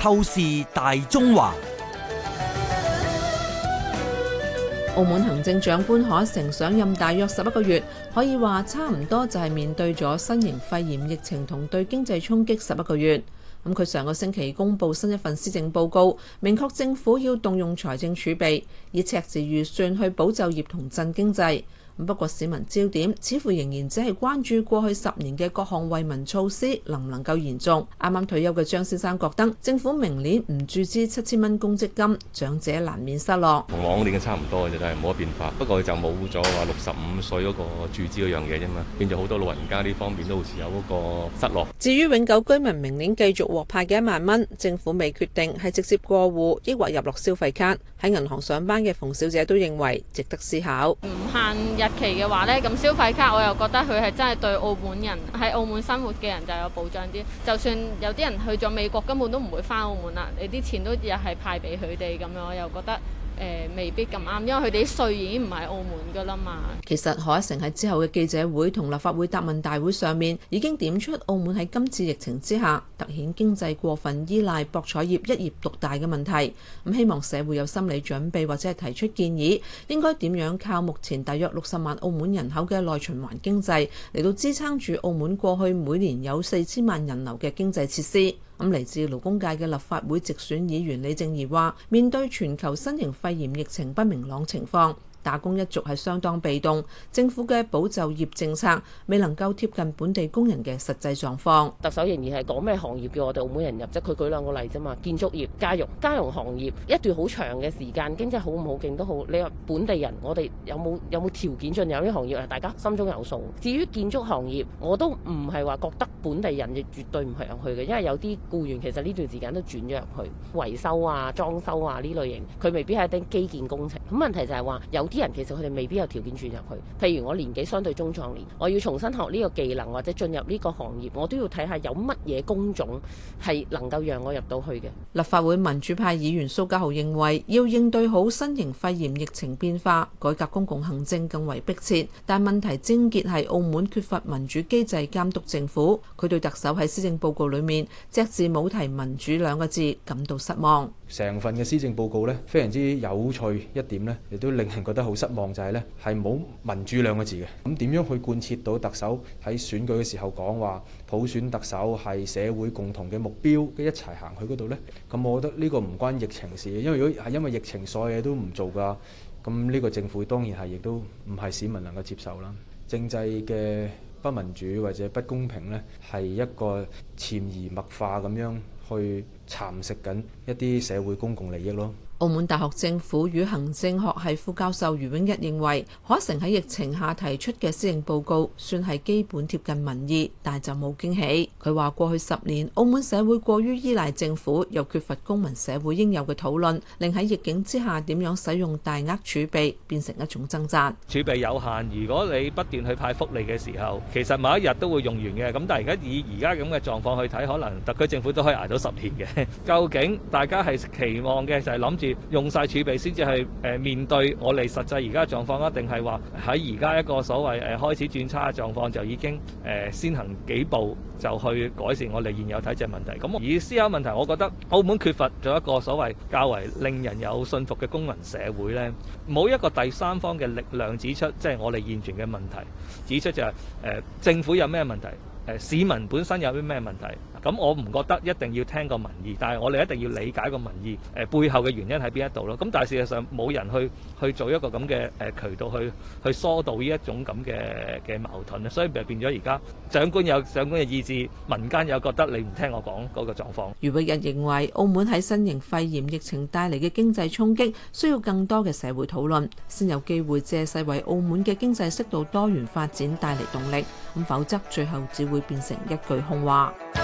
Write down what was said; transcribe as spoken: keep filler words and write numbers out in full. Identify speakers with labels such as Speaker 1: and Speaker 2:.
Speaker 1: 透視大中華。
Speaker 2: 澳門行政長官賀一誠上任大約十一個月，可以話差唔多就係面對咗新型肺炎疫情同對經濟衝擊十一個月。咁佢上個星期公布新一份施政報告，明確政府要動用財政儲備，以赤字預算去保就業同振經濟。不過市民焦點似乎仍然只係關注過去十年嘅各項惠民措施能唔能夠延續。啱啱退休嘅張先生覺得政府明年唔注資七千蚊公積金，長者難免失落。
Speaker 3: 同往年嘅差唔多嘅啫，都係冇乜變化。不過就冇咗話六十五歲嗰個注資嗰樣嘢啫嘛，變咗好多老人家呢方面都好似有嗰個失落。
Speaker 2: 至於永久居民明年繼續獲派嘅一萬蚊，政府未決定係直接過戶，抑或入落消費卡。喺銀行上班嘅馮小姐都認為值得思考。
Speaker 4: 唔限日期嘅話呢，咁消費卡我又覺得佢係真係對澳門人喺澳門生活嘅人就有保障啲。就算有啲人去咗美國，根本都唔會返澳門啦，你啲錢都又係派俾佢哋咁樣，我又覺得。誒、呃、未必咁啱，因為佢哋啲稅已經唔係澳門噶啦嘛。其實賀一誠喺之後嘅記者會同立法會答問大會上面已經點出澳門喺今次疫情之下突顯經濟過分依賴博彩業一業獨大嘅問題。咁希望社會有心理準備，或者係提出建議，應該點樣靠目前大約六十萬澳門人口嘅內循環經濟嚟到支撐住澳門過去每年有四千萬人流嘅經濟設施。咁嚟自勞工界嘅立法會直選議員李正儀話，面對全球新型肺炎疫情不明朗情況，打工一族係相當被動，政府嘅保就業政策未能夠貼近本地工人嘅實際狀況。
Speaker 5: 特首仍然係講咩行業叫我哋澳門人入啫？佢舉兩個例啫嘛，建築業、家用、家用行業一段好長嘅時間，經濟好唔好勁都好，你話本地人我哋有冇有冇條件進入呢啲行業啊？大家心中有數。至於建築行業，我都唔係話覺得本地人亦絕對唔係入去嘅，因為有啲僱員其實呢段時間都轉咗入去維修啊、裝修啊呢類型，佢未必係一啲基建工程。咁問題就係話有啲人其實佢哋未必有條件轉入去，譬如我年紀相對中壯年，我要重新學呢個技能或者進入呢個行業，我都要睇下有乜嘢工種係能夠讓我入到去嘅。
Speaker 2: 立法會民主派議員蘇家豪認為，要應對好新型肺炎疫情變化，改革公共行政更為迫切。但問題症結係澳門缺乏民主機制監督政府。佢對特首喺施政報告裏面隻字冇提民主兩個字感到失望。
Speaker 6: 成份嘅施政報告呢，非常之有趣一點呢，亦都令人覺得好失望，就係呢係冇民主兩個字嘅。咁點樣去貫徹到特首喺選舉嘅時候講話普選特首係社會共同嘅目標，一齊行去嗰度呢？咁我覺得呢個唔關疫情事，因為如果係因為疫情所有嘢都唔做㗎，咁呢個政府當然係亦都唔係市民能夠接受啦。政制嘅不民主或者不公平呢，係一個潛移默化咁樣去蠶食緊一啲社會公共利益咯。
Speaker 2: 澳門大學政府與行政學系副教授余永逸認為，賀一誠喺疫情下提出嘅施政報告算係基本貼近民意，但係就冇驚喜。佢話過去十年，澳門社會過於依賴政府，又缺乏公民社會應有嘅討論，令喺逆境之下點樣使用大額儲備變成一種掙扎。
Speaker 7: 儲備有限，如果你不斷去派福利嘅時候，其實某一日都會用完嘅。咁但係而家以而家咁嘅狀況去睇，可能特區政府都可以捱到十年嘅。究竟大家係期望嘅就係諗住用晒儲備先至係誒面對我哋實際而家嘅狀況啊？定係話喺而家一個所謂誒開始轉差嘅狀況就已經誒先行幾步就去改善我哋現有體制問題？咁以思考問題，我覺得澳門缺乏咗一個所謂較為令人有信服嘅公民社會咧，冇一個第三方嘅力量指出即係我哋現存嘅問題，指出就係誒政府有咩問題，誒市民本身有啲咩問題。咁我唔覺得一定要聽個民意，但係我哋一定要理解個民意誒背後嘅原因喺邊一度咯。咁但係事實上冇人去去做一個咁嘅誒渠道去去疏導呢一種咁嘅嘅矛盾，所以就變咗而家長官有長官嘅意志，民間有覺得你唔聽我講嗰個狀況。
Speaker 2: 余永逸認為澳門喺新型肺炎疫情帶嚟嘅經濟衝擊，需要更多嘅社會討論，先有機會借勢為澳門嘅經濟適度多元發展帶嚟動力。咁否則最後只會變成一句空話。